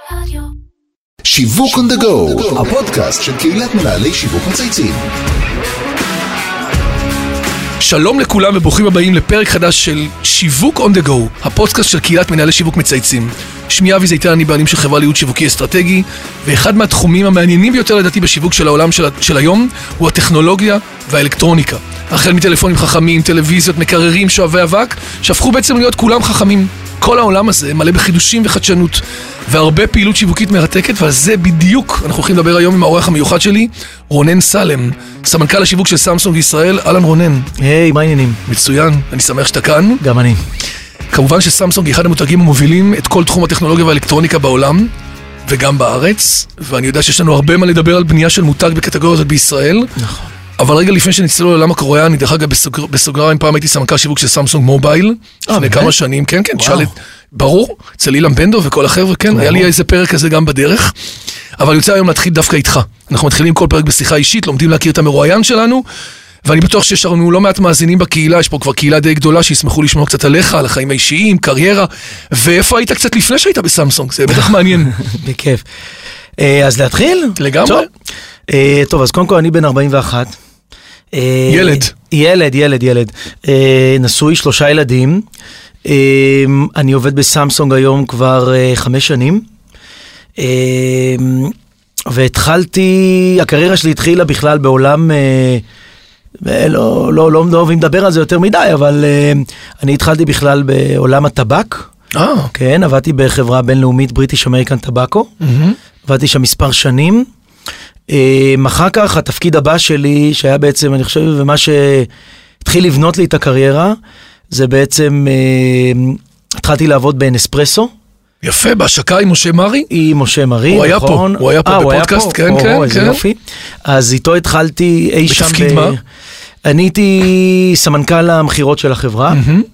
שיווק on the go, הפודקאסט של קהילת מנהלי שיווק מצייצים. שלום לכולם וברוכים הבאים לפרק חדש של שיווק on the go, הפודקאסט של קהילת מנהלי שיווק מצייצים. שמי אבי זיתן, אני בעלים של חברה לייעוץ שיווקי אסטרטגי, ואחד מהתחומים המעניינים ביותר לדעתי בשיווק של העולם של היום הוא הטכנולוגיה והאלקטרוניקה. החל מטלפונים חכמים, טלוויזיות, מקררים, שואבי אבק, שהפכו בעצם להיות כולם חכמים. כל העולם הזה מלא בחידושים וחדשנות, והרבה פעילות שיווקית מרתקת, ועל זה בדיוק אנחנו הולכים לדבר היום עם האורח המיוחד שלי, רונן סלם, סמנכ"ל השיווק של סמסונג ישראל. אהלן רונן. היי, מה העניינים? מצוין, אני שמח שאתה כאן. גם אני. כמובן שסמסונג היא אחד המותגים המובילים את כל תחום הטכנולוגיה והאלקטרוניקה בעולם, וגם בארץ, ואני יודע שיש לנו הרבה מה לדבר על בנייה של מותג בקטגוריה הזאת בישראל. נכון. אבל רגע לפני שנצלול לעולם הקוריאני, דרך אגב בסוגריים, פעם הייתי סמנכ"ל שיווק של סמסונג מובייל, לפני כמה שנים, כן, ברור, אצל אילן בנדו וכל החבר'ה, כן, היה לי איזה פרק כזה גם בדרך, אבל אני רוצה היום להתחיל דווקא איתך. אנחנו מתחילים כל פרק בשיחה אישית, לומדים להכיר את המרואיין שלנו, ואני בטוח שיש לנו לא מעט מאזינים בקהילה, יש פה כבר קהילה די גדולה שישמחו לשמוע קצת עליך, על החיים האישיים, קריירה, ואיפה היית קצת לפני שהיית בסמסונג, זה בטח מעניין. בכיף. אז להתחיל? לגמרי. טוב, אז קודם כל אני בן 41. ילד. נשוי, 3 ילדים. אני עובד בסמסונג היום כבר 5 שנים. והתחלתי, הקריירה שלי התחילה בכלל בעולם, לא אוהבים לדבר על זה יותר מדי, אבל אני התחלתי בכלל בעולם הטבק. כן, עבדתי בחברה בינלאומית בריטיש אמריקן טבקו. עבדתי שם מספר שנים. אחר כך התפקיד הבא שלי, שהיה בעצם, אני חושב, ומה שהתחיל לבנות לי את הקריירה, זה בעצם, התחלתי לעבוד באנספרסו. יפה, בהשקה עם משה מרי? עם משה מרי, נכון. הוא היה פה בפודקאסט, כן. איזה יופי. אז איתו התחלתי אי שם. בתפקיד מה? אני הייתי סמנכ"ל המחירות של החברה,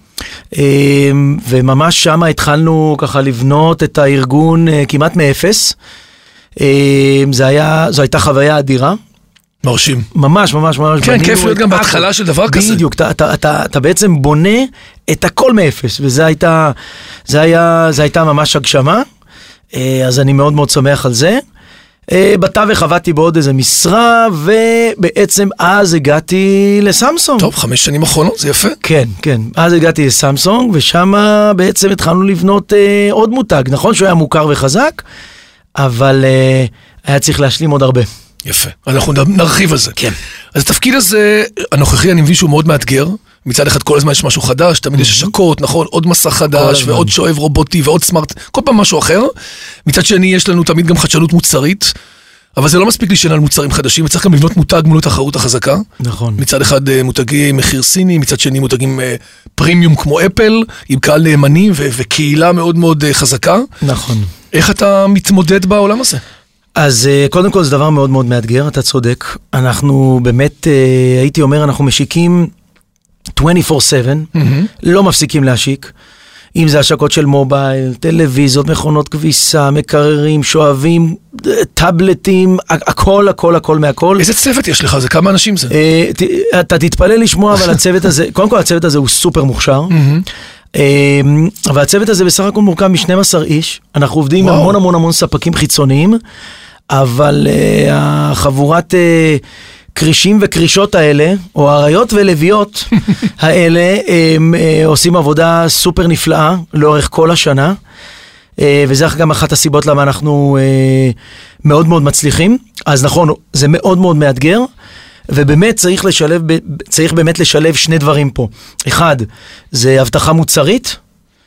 וממש שם התחלנו ככה לבנות את הארגון כמעט מאפס. זו הייתה חוויה אדירה. מרשים. ממש. כן, כיף להיות גם בהתחלה של דבר כזה. בדיוק, אתה בעצם בונה את הכל מאפס, וזה הייתה ממש הגשמה, אז אני מאוד מאוד שמח על זה. בתווך עבדתי בעוד איזה משרה, ובעצם אז הגעתי לסמסונג. טוב, 5 שנים אחרונות, זה יפה. כן. אז הגעתי לסמסונג, ושם בעצם התחלנו לבנות עוד מותג. נכון שהוא היה מוכר וחזק, אבל היה צריך להשלים עוד הרבה. יפה, אנחנו נרחיב על זה. כן. אז התפקיד הזה, הנוכחי, אני מבין שהוא מאוד מאתגר. מצד אחד כל הזמן יש משהו חדש, תמיד יש השקות, נכון? עוד מסע חדש, ועוד שואב רובוטי, ועוד סמארט, כל פעם משהו אחר. מצד שני, יש לנו תמיד גם חדשנות מוצרית, אבל זה לא מספיק להישען על מוצרים חדשים, וצריך גם לבנות מותג מול התחרות החזקה. נכון. מצד אחד מותגי מחיר סיני, מצד שני מותגים פרימיום כמו אפל, עם קהל נאמני וקהילה מאוד מאוד חזקה. נכון. איך אתה מתמודד בעולם הזה? אז קודם כל זה דבר מאוד מאוד מאתגר, אתה צודק. אנחנו באמת, הייתי אומר, אנחנו משיקים 24/7, לא מפסיקים להשיק. אם זה השקות של מובייל, טלוויזיות, מכונות כביסה, מקררים, שואבים, טאבלטים, הכל מהכל. איזה צוות יש לך? זה כמה אנשים זה? אתה תתפלא לשמוע, אבל הצוות הזה, קודם כל הצוות הזה הוא סופר מוכשר. אבל הצוות הזה בסך הכל מורכב מ-12 איש. אנחנו עובדים עם המון ספקים חיצוניים, אבל החבורת קרישים וקרישות האלה, או עריות ולוויות האלה, הם עושים עבודה סופר נפלאה לאורך כל השנה, וזה גם אחת הסיבות למה אנחנו מאוד מאוד מצליחים. אז נכון, זה מאוד מאוד מאתגר, ובאמת צריך באמת לשלב 2 דברים פה. אחד, זה הבטחה מוצרית,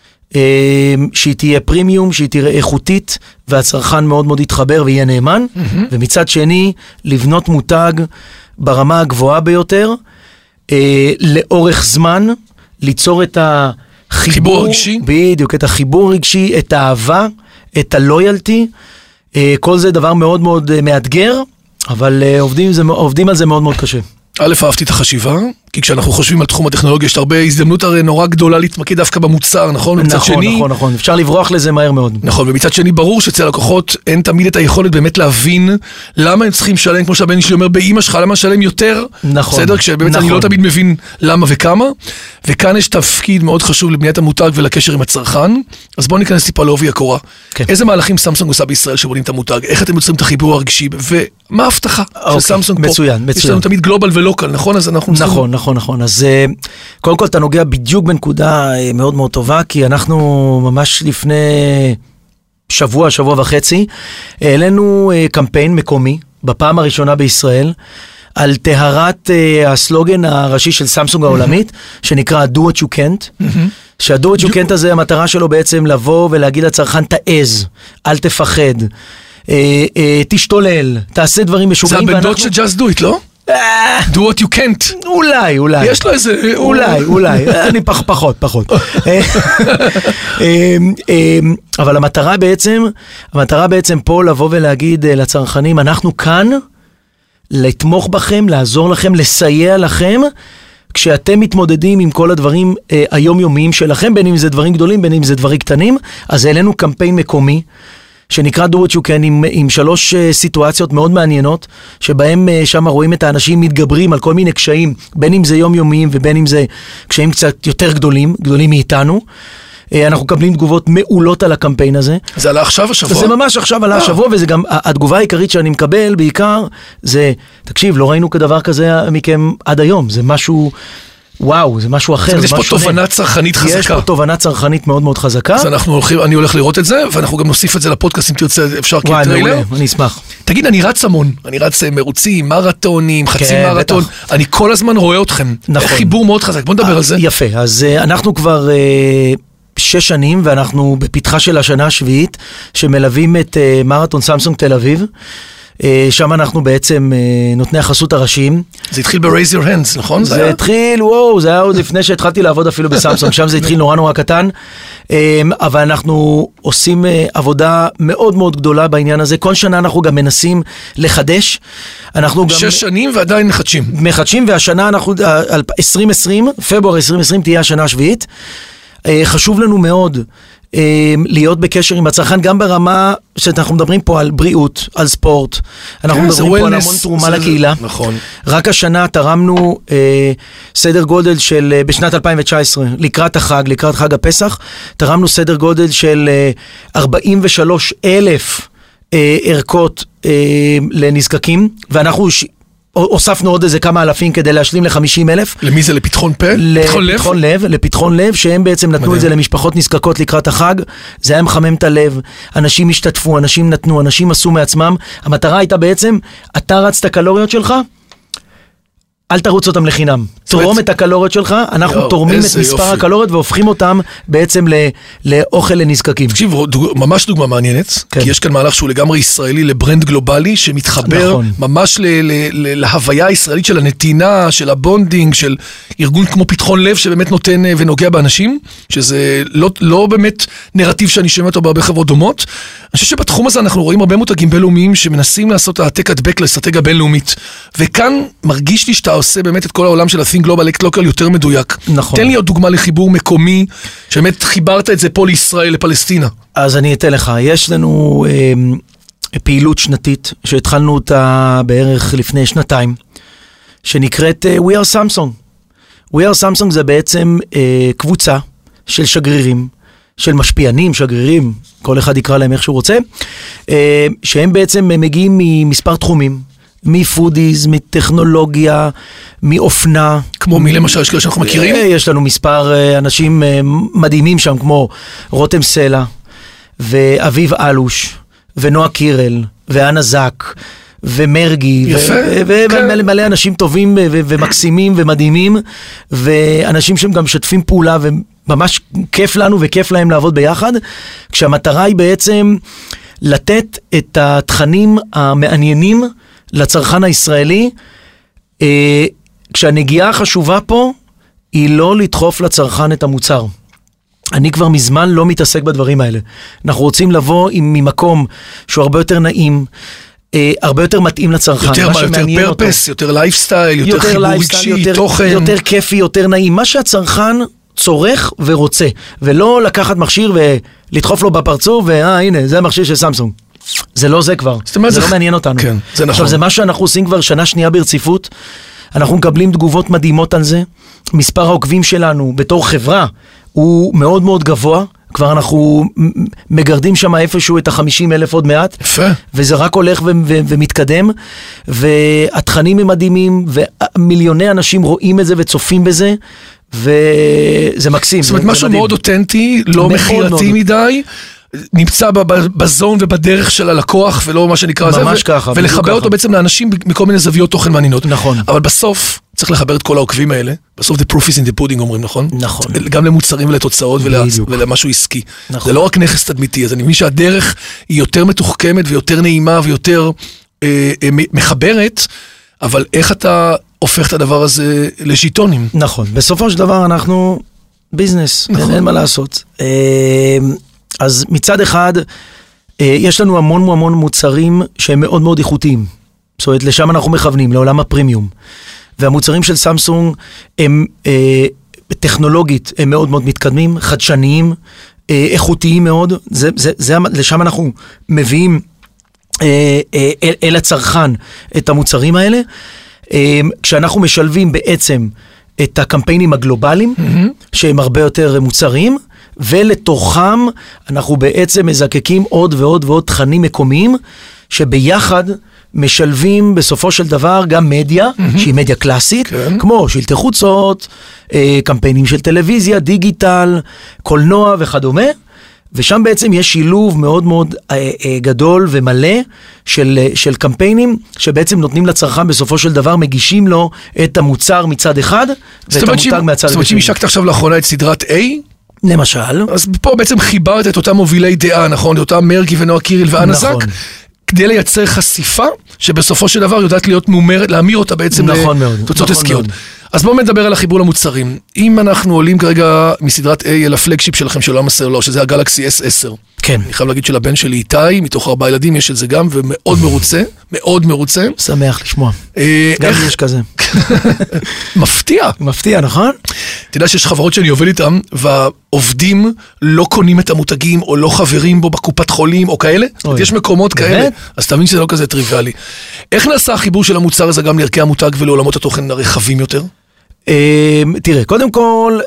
שהיא תהיה פרימיום, שהיא תהיה איכותית, והצרכן מאוד מאוד יתחבר ויהיה נאמן, ומצד שני, לבנות מותג ברמה הגבוהה ביותר, לאורך זמן, ליצור את החיבור רגשי. בדיוק, את החיבור רגשי, את האהבה, את הלויאלטי, כל זה דבר מאוד מאוד מאתגר, אבל עובדים על זה מאוד מאוד קשה. א', אהבתי את החשיבה, כי כשאנחנו חושבים על תחום הטכנולוגיה, יש הרבה הזדמנות הרי נורא גדולה להתמקד דווקא במוצר, נכון? נכון, אפשר לברוח לזה מהר מאוד. נכון, ומצד שני ברור שאצל הלקוחות אין תמיד את היכולת באמת להבין למה הם צריכים לשלם, כמו שהבן שלי אומר, באמא שלך, למה לשלם יותר? נכון. בסדר? כשבאמת אני לא תמיד מבין למה וכמה, וכאן יש תפקיד מאוד חשוב לבניית המותג ולקשר עם הצרכן, אז בואו ניכנס טיפה לעובי הקורה. איזה מהלכים סמסונג עושה בישראל שבונים את המותג? איך אתם יוצרים את החיבור הרגשי? ומה ההבטחה של סמסונג פה? מצוין. יש לנו תמיד גלובל ולוקל, נכון? אז אנחנו נכון. אז קודם כל אתה נוגע בדיוק בנקודה מאוד מאוד טובה, כי אנחנו ממש לפני שבוע וחצי, העלינו קמפיין מקומי, בפעם הראשונה בישראל, על טהרת הסלוגן הראשי של סמסונג העולמית, שנקרא Do What You Can't, שה-Do What You Can't הזה, המטרה שלו בעצם לבוא ולהגיד לצרכן, תעז, אל תפחד, תשתולל, תעשה דברים משוגעים. זה הבן דוד של Just Do It, לא? Do what you can't. אולי. יש לו איזה... אולי. אני פחות. אבל המטרה בעצם פה לבוא ולהגיד לצרכנים, אנחנו כאן לתמוך בכם, לעזור לכם, לסייע לכם, כשאתם מתמודדים עם כל הדברים היומיומיים שלכם, בין אם זה דברים גדולים, בין אם זה דברים קטנים, אז העלינו קמפיין מקומי, שנקרא Do What You Can, עם 3 סיטואציות מאוד מעניינות, שבהם שם רואים את האנשים מתגברים על כל מיני קשיים, בין אם זה יומיומיים ובין אם זה קשיים קצת יותר גדולים מאיתנו. אנחנו מקבלים תגובות מעולות על הקמפיין הזה. זה עלה עכשיו השבוע? זה ממש עכשיו עלה השבוע, וזה גם התגובה העיקרית שאני מקבל בעיקר, זה, תקשיב, לא ראינו כדבר כזה מכם עד היום, זה משהו... וואו, זה משהו אחר. יש פה תובנה צרכנית חזקה. יש פה תובנה צרכנית מאוד מאוד חזקה. אז אני הולך לראות את זה, ואנחנו גם נוסיף את זה לפודקאסט, אם תרצה, אפשר כטריילר. אני אשמח. תגיד, אני רץ המון, אני רץ מרוצים, מרתונים, חצי מרתון, אני כל הזמן רואה אתכם. נכון. חיבור מאוד חזק, בוא נדבר על זה. יפה, אז אנחנו כבר 6 שנים, ואנחנו בפתחה של השנה השביעית, שמלווים את מרתון סמסונג תל אביב. שם אנחנו בעצם נותני החסות הראשיים. זה התחיל ב-Raise Your Hands, נכון? זה התחיל, וואו, זה היה עוד לפני שהתחלתי לעבוד אפילו בסמסונג, שם זה התחיל נורא קטן, אבל אנחנו עושים עבודה מאוד מאוד גדולה בעניין הזה, כל שנה אנחנו גם מנסים לחדש. 6 שנים ועדיין מחדשים, והשנה אנחנו, 2020, פברואר 2020 תהיה השנה השביעית. חשוב לנו מאוד להיות בקשר עם הצרכן, גם ברמה שאנחנו מדברים פה על בריאות, על ספורט, אנחנו מדברים פה על המון תרומה לקהילה. נכון. רק השנה תרמנו סדר גודל של, בשנת 2019, לקראת חג הפסח, תרמנו סדר גודל של 43,000 ערכות לנזקקים, ואנחנו הוספנו עוד איזה כמה אלפים כדי להשלים ל-50,000. למי זה? לפתחון פה? לפתחון לב, שהם בעצם נתנו את זה למשפחות נזקקות לקראת החג. זה היה מחמם את הלב, אנשים השתתפו, אנשים נתנו, אנשים עשו מעצמם. המטרה הייתה בעצם, אתה רץ את הקלוריות שלך, אל תרוץ אותם לחינם. תורם את הקלוריות שלך, אנחנו תורמים את מספר הקלוריות והופכים אותם בעצם לאוכל לנזקקים. תקשיב, ממש דוגמה מעניינת, כי יש כאן מהלך שהוא לגמרי ישראלי לברנד גלובלי, שמתחבר ממש להוויה הישראלית של הנתינה, של הבונדינג, של ארגון כמו פתחון לב, שבאמת נותן ונוגע באנשים, שזה לא באמת נרטיב שאני שומע אותו בהרבה חברות דומות. אני חושב שבתחום הזה אנחנו רואים הרבה מותגים בינלאומיים שמנסים לעשות העתק הדבק לאסטרטגיה בינלאומית. וכאן מרגיש לי שאתה עושה באמת את כל העולם של ה-Think Global Act Local יותר מדויק. נכון. תן לי עוד דוגמה לחיבור מקומי, שבאמת חיברת את זה פה לישראל, לפלסטינה. אז אני אתן לך, יש לנו פעילות שנתית, שהתחלנו אותה בערך לפני 2 שנקראת We Are Samsung. We Are Samsung זה בעצם קבוצה של שגרירים, של משפיענים, שגרירים, כל אחד יקרא להם איך שהוא רוצה, שהם בעצם מגיעים ממספר תחומים, מפודיז, מטכנולוגיה, מאופנה. כמו מי למשל יש כאלה שאנחנו מכירים? יש לנו מספר אנשים מדהימים שם, כמו רותם סלע, ואביב אלוש, ונועה קירל, ואנה זק, ומרגי, ומלא אנשים טובים ומקסימים ומדהימים, ואנשים שהם גם משתפים פעולה, וממש כיף לנו וכיף להם לעבוד ביחד, כשהמטרה היא בעצם לתת את התכנים המעניינים לצרכן הישראלי, כשהנגיעה החשובה פה היא לא לדחוף לצרכן את המוצר. אני כבר מזמן לא מתעסק בדברים האלה. אנחנו רוצים לבוא ממקום שהוא הרבה יותר נעים, הרבה יותר מתאים לצרכן. יותר מה? יותר פרפס, יותר לייפסטייל, יותר חיבור רגשי, תוכן. יותר כיפי, יותר נעים. מה שהצרכן צורך ורוצה, ולא לקחת מכשיר ולדחוף לו בפרצוף, הנה, זה המכשיר של סמסונג. זה לא זה כבר, זה לא מעניין אותנו. כן, זה נכון. עכשיו, זה מה שאנחנו עושים כבר שנה שנייה ברציפות, אנחנו מקבלים תגובות מדהימות על זה, מספר העוקבים שלנו בתור חברה הוא מאוד מאוד גבוה, כבר אנחנו מגרדים שם איפשהו את ה-50,000 עוד מעט, יפה. וזה רק הולך ומתקדם, והתכנים הם מדהימים, ומיליוני אנשים רואים את זה וצופים בזה, וזה מקסים. זאת אומרת, משהו מאוד אותנטי, לא מחירתי מדי, נמצא בזון ובדרך של הלקוח, ולא מה שנקרא זה, ממש ככה, ולחבר אותו בעצם לאנשים מכל מיני זוויות תוכן מעניינות. נכון. אבל בסוף צריך לחבר את כל העוקבים האלה, בסוף the proof is in the pudding אומרים, נכון? נכון. גם למוצרים ולתוצאות ולמשהו עסקי. נכון. זה לא רק נכס תדמיתי, אז אני מבין שהדרך היא יותר מתוחכמת ויותר נעימה ויותר מחברת, אבל איך אתה הופך את הדבר הזה לשיטונים? נכון. בסופו של דבר אנחנו ביזנס, אין מה לעשות. אז מצד אחד, יש לנו המון מוצרים שהם מאוד מאוד איכותיים. זאת אומרת, לשם אנחנו מכוונים, לעולם הפרימיום. והמוצרים של סמסונג הם טכנולוגית, הם מאוד מאוד מתקדמים, חדשניים, איכותיים מאוד. לשם אנחנו מביאים אל הצרכן את המוצרים האלה. כשאנחנו משלבים בעצם את הקמפיינים הגלובליים, שהם הרבה יותר מוצרים, ולתוכם אנחנו בעצם מזקקים עוד ועוד ועוד תכנים מקומיים, שביחד משלבים בסופו של דבר גם מדיה, שהיא מדיה קלאסית, כמו שלטי חוצות, קמפיינים של טלוויזיה, דיגיטל, קולנוע וכדומה, ושם בעצם יש שילוב מאוד מאוד גדול ומלא של קמפיינים, שבעצם נותנים לצרכן בסופו של דבר, מגישים לו את המוצר מצד אחד, ואת המותג מהצד השני. זאת אומרת שאם השקת עכשיו לאחרונה את סדרת A, למשל. אז פה בעצם חיברת את אותם מובילי דעה, נכון? את אותם מרגי ונועה קיריל ואנזק, נכון. כדי לייצר חשיפה, שבסופו של דבר יודעת להיות מאומרת, להמיר אותה בעצם נכון לתוצאות נכון עסקיות. מאוד. אז בואו נדבר על החיבור למוצרים. אם אנחנו עולים כרגע מסדרת A אל הפלגשיפ שלכם של עולם הסלולר, שזה הגלקסי S10. כן. אני חייב להגיד שלבן שלי איתי, מתוך 4 ילדים יש את זה גם, ומאוד מרוצה, מאוד מרוצה. שמח לשמוע. גם יש כזה. מפתיע. מפתיע, נכון? אתה יודע שיש חברות שאני עובד איתם, והעובדים לא קונים את המותגים, או לא חברים בו בקופת חולים, או כאלה. יש מקומות כאלה, אז תבין שזה לא כזה טריוויאלי. איך נעשה החיבור של המוצר הזה גם לערכי המותג ולעולמות התוכן הרחבים יותר? תראה, קודם כל,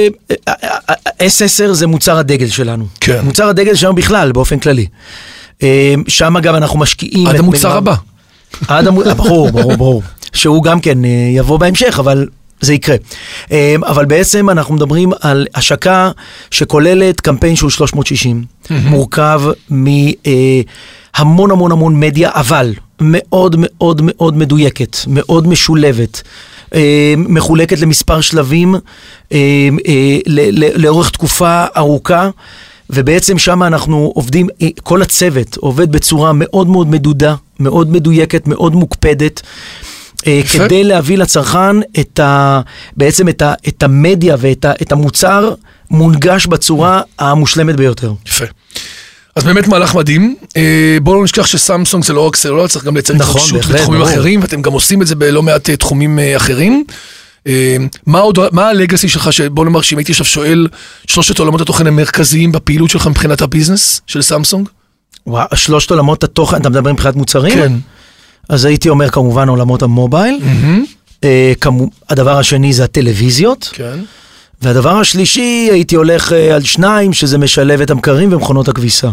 S10 זה מוצר הדגל שלנו. כן. מוצר הדגל שלנו בכלל, באופן כללי. שם גם אנחנו משקיעים... עד המוצר הבא. ברור. שהוא גם כן יבוא בהמשך, אבל זה יקרה. אבל בעצם אנחנו מדברים על השקה שכוללת קמפיין שהוא 360, מורכב מהמון המון מדיה, אבל מאוד מאוד מאוד מדויקת, מאוד משולבת. מחולקת למספר שלבים לאורך תקופה ארוכה, ובעצם שם אנחנו עובדים, כל הצוות עובד בצורה מאוד מאוד מדודה, מאוד מדויקת, מאוד מוקפדת, כדי להביא לצרכן בעצם את המדיה ואת המוצר מונגש בצורה המושלמת ביותר. יפה. אז באמת מהלך מדהים. בואו לא נשכח שסמסונג זה לא רק סלולר, צריך גם לייצר התחדשות בתחומים אחרים, ואתם גם עושים את זה בלא מעט תחומים אחרים. מה הלגאסי שלך, בוא נאמר שאם הייתי עכשיו שואל 3 עולמות התוכן המרכזיים בפעילות שלך מבחינת הביזנס של סמסונג? 3 עולמות התוכן, אתה מדבר מבחינת מוצרים? כן. אז הייתי אומר כמובן עולמות המובייל. הדבר השני זה הטלוויזיות. כן. והדבר השלישי, הייתי הולך על 2, שזה משלב את המקררים ומכונות הכביסה.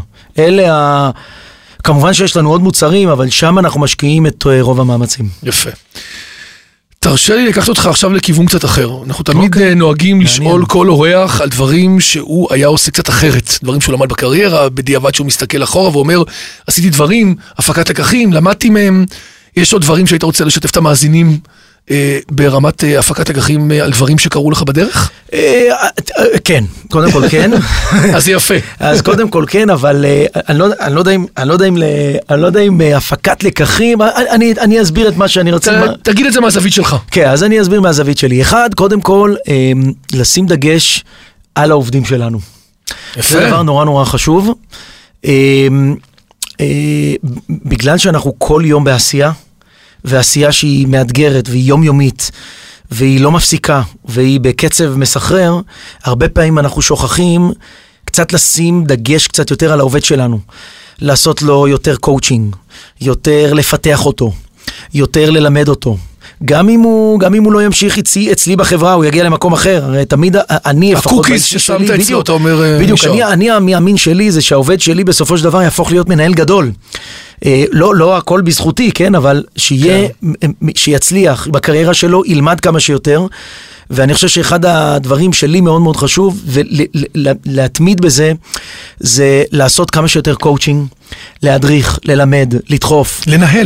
כמובן שיש לנו עוד מוצרים, אבל שם אנחנו משקיעים את רוב המאמצים. יפה. תרשה לי לקחת אותך עכשיו לכיוון קצת אחר. אנחנו תמיד נוהגים לשאול כל אורח על דברים שהוא היה עושה קצת אחרת. דברים שהוא למד בקריירה, בדיעבד שהוא מסתכל אחורה ואומר, עשיתי דברים, הפקת לקחים, למדתי מהם. יש עוד דברים שהיית רוצה לשתף את המאזינים ברמת הפקת לקחים על דברים שקרו לך בדרך? כן, קודם כל כן. אז זה יפה. אז קודם כל כן, אבל אני לא יודע אם הפקת לקחים, אני אסביר את מה שאני רוצה. תגיד את זה מהזווית שלך. כן, אז אני אסביר מהזווית שלי. אחד, קודם כל, לשים דגש על העובדים שלנו. יפה. זה דבר נורא נורא חשוב. בגלל שאנחנו כל יום בעשייה, ועשייה שהיא מאתגרת והיא יומיומית, והיא לא מפסיקה, והיא בקצב מסחרר, הרבה פעמים אנחנו שוכחים קצת לשים דגש קצת יותר על העובד שלנו, לעשות לו יותר קואוצ'ינג, יותר לפתח אותו, יותר ללמד אותו. גם אם הוא לא ימשיך אצלי בחברה, הוא יגיע למקום אחר. הרי תמיד אני הקוקיס ששמת אצלו, אתה אומר, בדיוק, אני המאמין שלי זה שהעובד שלי בסופו של דבר יהפוך להיות מנהל גדול. לא הכל בזכותי, כן, אבל שיצליח בקריירה שלו, ילמד כמה שיותר. ואני חושב שאחד הדברים שלי מאוד מאוד חשוב, ולהתמיד בזה, זה לעשות כמה שיותר קואוצ'ינג, להדריך, ללמד, לדחוף.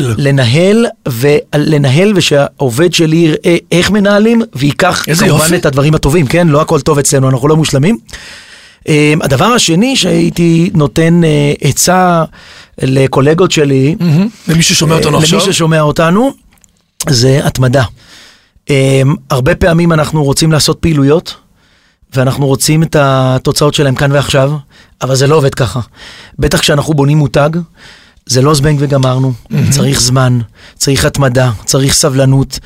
לנהל, ושהעובד שלי יראה איך מנהלים, ויקח כמובן את הדברים הטובים, כן? לא הכל טוב אצלנו, אנחנו לא מושלמים. הדבר השני שהייתי נותן עצה לקולגות שלי, למי ששומע אותנו עכשיו, למי ששומע אותנו, זה התמדה. הרבה פעמים אנחנו רוצים לעשות פעילויות, ואנחנו רוצים את התוצאות שלהם כאן ועכשיו, אבל זה לא עובד ככה. בטח כשאנחנו בונים מותג, זה לא זבנג וגמרנו, צריך זמן, צריך התמדה, צריך סבלנות.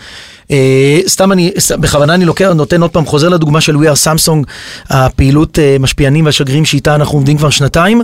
בכוונה אני נותן עוד פעם, חוזר לדוגמה של We Are Samsung, הפעילות משפיענים והשגרירים שאיתה אנחנו עומדים כבר שנתיים,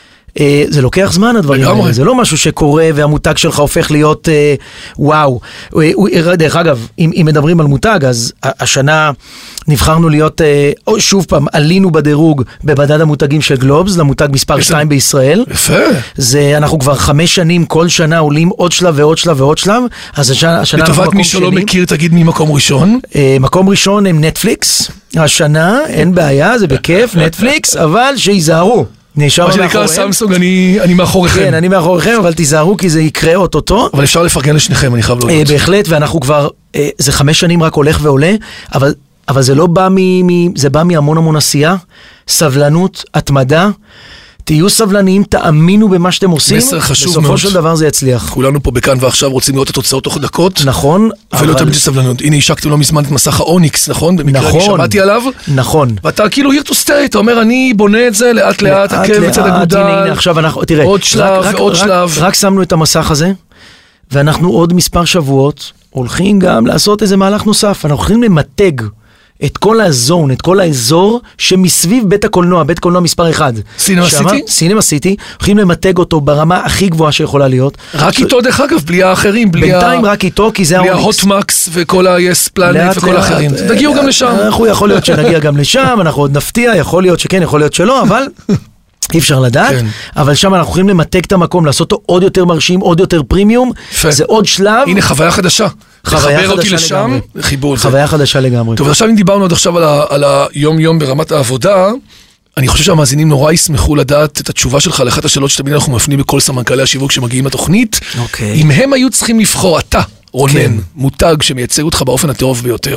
זה לוקח זמן הדברים האלה, זה לא משהו שקורה והמותג שלך הופך להיות וואו. דרך אגב, אם מדברים על מותג, אז השנה נבחרנו להיות, שוב פעם, עלינו בדירוג במדד המותגים של גלובס, למותג מספר 2 בישראל. יפה. אנחנו כבר 5 שנים, כל שנה עולים עוד שלב ועוד שלב ועוד שלב, אז השנה לטובת מי שלא מכיר, תגיד מי מקום ראשון? מקום ראשון הם נטפליקס, השנה, אין בעיה, זה בכיף, נטפליקס, אבל שיזהרו. מה שנקרא סמסונג, אני מאחוריכם. כן, אני מאחוריכם, אבל תיזהרו כי זה יקרה אותו. אבל אפשר לפרגן לשניכם, אני חייב להודות. בהחלט, ואנחנו כבר, זה 5 שנים רק הולך ועולה, אבל זה לא בא זה בא מהמון עשייה, סבלנות, התמדה, תהיו סבלניים, תאמינו במה שאתם עושים, בסופו של דבר זה יצליח. כולנו פה בכאן ועכשיו רוצים לראות את התוצאות תוך דקות. נכון. ולא תמיד סבלנות. הנה, השקתם לא מזמן את מסך האוניקס, נכון? במקרה אני שמעתי עליו. נכון. ואתה כאילו here to stay, אתה אומר, אני בונה את זה לאט לאט, עקב בצד אגודל. הנה, עכשיו אנחנו, תראה. עוד שלב ועוד שלב. רק שמנו את המסך הזה, ואנחנו עוד מספר שבועות הולכים גם לעשות איזה מהלך נוסף. אנחנו הולכים למתג את כל הזון, את כל האזור שמסביב בית הקולנוע, בית קולנוע מספר 1. סינמה סיטי? סינמה סיטי, הולכים למתג אותו ברמה הכי גבוהה שיכולה להיות. רק איתו דרך אגב, בלי האחרים, בינתיים רק איתו, כי זה בלי ההוטמקס וכל ה-yes planet וכל האחרים. תגיעו גם לשם. אנחנו יכול להיות שנגיע גם לשם, אנחנו עוד נפתיע, יכול להיות שכן, יכול להיות שלא, אבל אי אפשר לדעת, אבל שם אנחנו יכולים למתג את המקום, לעשות אותו עוד יותר מרשים, עוד יותר פרימיום, זה עוד שלב. הנה חוויה חדשה. לחבר אותי לשם, חיבור. חוויה חדשה לגמרי. טוב, עכשיו אם דיברנו עד עכשיו על היום-יום ברמת העבודה, אני חושב שהמאזינים נורא ישמחו לדעת את התשובה שלך לאחת השאלות שתמיד אנחנו מפנים בכל סמנכ"לי השיווק שמגיעים לתוכנית. אם הם היו צריכים לבחור, אתה, רונן, מותג שמייצג אותך באופן הטוב ביותר,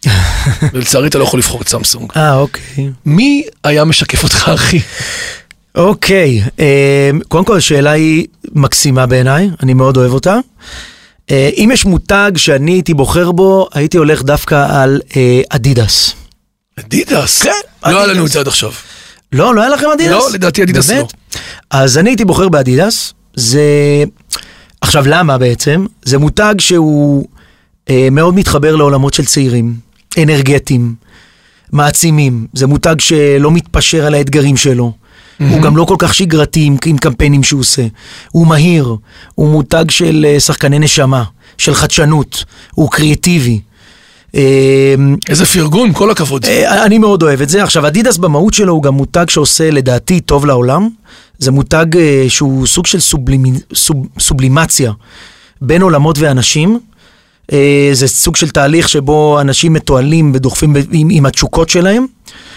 ולצערי אתה לא יכול לבחור את סמסונג. אוקיי. מי היה משקף אותך, אחי? אוקיי, קודם כל השאלה היא מקסימה בעיניי, אני מאוד אוהב אותה. אם יש מותג שאני הייתי בוחר בו, הייתי הולך דווקא על אדידס. אדידס? כן. לא היה לנו את זה עד עכשיו. לא היה לכם אדידס? לא, לדעתי אדידס לא. אז אני הייתי בוחר באדידס. עכשיו למה בעצם? זה מותג שהוא מאוד מתחבר לעולמות של צעירים, אנרגטיים, מעצימים. זה מותג שלא מתפשר על האתגרים שלו. הוא גם לא כל כך שגרתי עם קמפיינים שהוא עושה. הוא מהיר, הוא מותג של שחקני נשמה, של חדשנות, הוא קריאטיבי. איזה פרגון, כל הכבוד. אני מאוד אוהב את זה. עכשיו, אדידס במהות שלו הוא גם מותג שעושה לדעתי טוב לעולם. זה מותג שהוא סוג של סובלימציה בין עולמות ואנשים. זה סוג של תהליך שבו אנשים מתועלים ודוחפים עם התשוקות שלהם.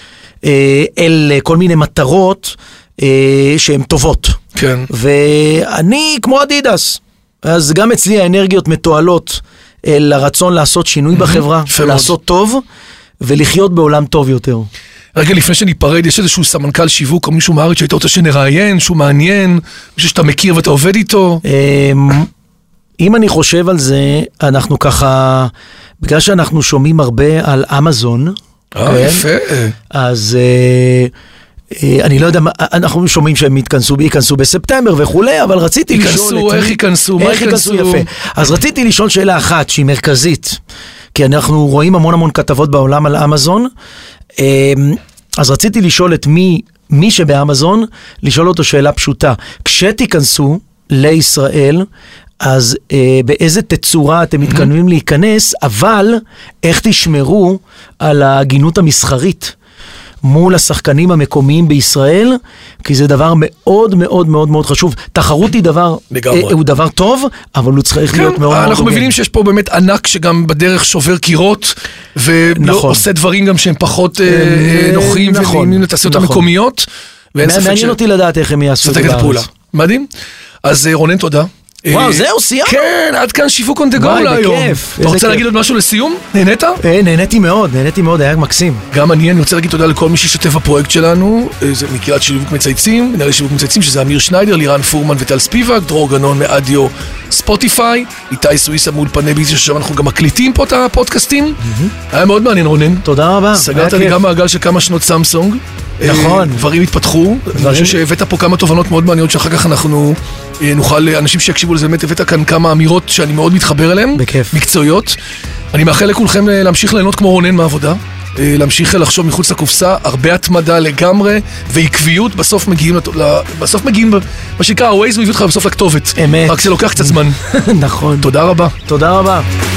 אל כל מיני מטרות שהן טובות. כן. ואני כמו אדידס, אז גם אצלי האנרגיות מתועלות אל הרצון לעשות שינוי בחברה, לעשות טוב ולחיות בעולם טוב יותר. רגע, לפני שניפרד, יש איזשהו סמנכ"ל שיווק או מישהו מארץ שהיית רוצה שנראיין, שהוא מעניין, מישהו שאתה מכיר ואתה עובד איתו? אם אני חושב על זה, אנחנו ככה, בגלל שאנחנו שומעים הרבה על אמזון, יפה. אז אני לא יודע, אנחנו שומעים שהם ייכנסו בספטמבר וכולי, אבל רציתי לשאול... איך ייכנסו, מה ייכנסו? יפה. אז רציתי לשאול שאלה אחת שהיא מרכזית, כי אנחנו רואים המון כתבות בעולם על אמזון, אז רציתי לשאול את מי שבאמזון, לשאול אותו שאלה פשוטה. כשתיכנסו לישראל, אז באיזה תצורה אתם מתכוונים להיכנס, אבל איך תשמרו על ההגינות המסחרית מול השחקנים המקומיים בישראל, כי זה דבר מאוד מאוד מאוד מאוד חשוב. תחרות הוא דבר טוב, אבל הוא צריך להיות מאוד מאוד... אנחנו מבינים שיש פה באמת ענק שגם בדרך שובר קירות, ועושה דברים גם שהם פחות נוחים ונעימים לתעשיות המקומיות. מעניין אותי לדעת איך הם יעשו את זה. מדהים. אז רונן, תודה. וואו, זהו, סיימת? כן, עד כאן שיווק on the go להיום. אתה רוצה להגיד עוד משהו לסיום? נהנית? נהניתי מאוד, היה מקסים. גם אני רוצה להגיד תודה לכל מי שישתף בפרויקט שלנו, זה מקהילת שיווק מצייצים, מנהלי שיווק מצייצים, שזה אמיר שניידר, לירן פורמן וטל ספיבק, דרור גנון מאדיו ספוטיפיי, איתי סוויסה מאולפני ביזי, ששם אנחנו גם מקליטים פה את הפודקאסטים. היה מאוד מעניין, רונן. תודה רבה. סגרת לי גם מעגל של כמה שנות סמסונג. נכון. דברים התפתחו. אני חושב שהבאת פה כמה תובנות מאוד מעניינות, שאחר כך אנחנו נוכל, אנשים שיקשיבו לזה, באמת הבאת כאן כמה אמירות שאני מאוד מתחבר אליהן. בכיף. מקצועיות. אני מאחל לכולכם להמשיך ליהנות כמו רונן מהעבודה. להמשיך לחשוב מחוץ לקופסה, הרבה התמדה לגמרי, ועקביות, בסוף מגיעים, מה שנקרא, הווייז מביא אותך בסוף לכתובת. אמת. רק זה לוקח קצת זמן. נכון. תודה רבה. תודה רבה.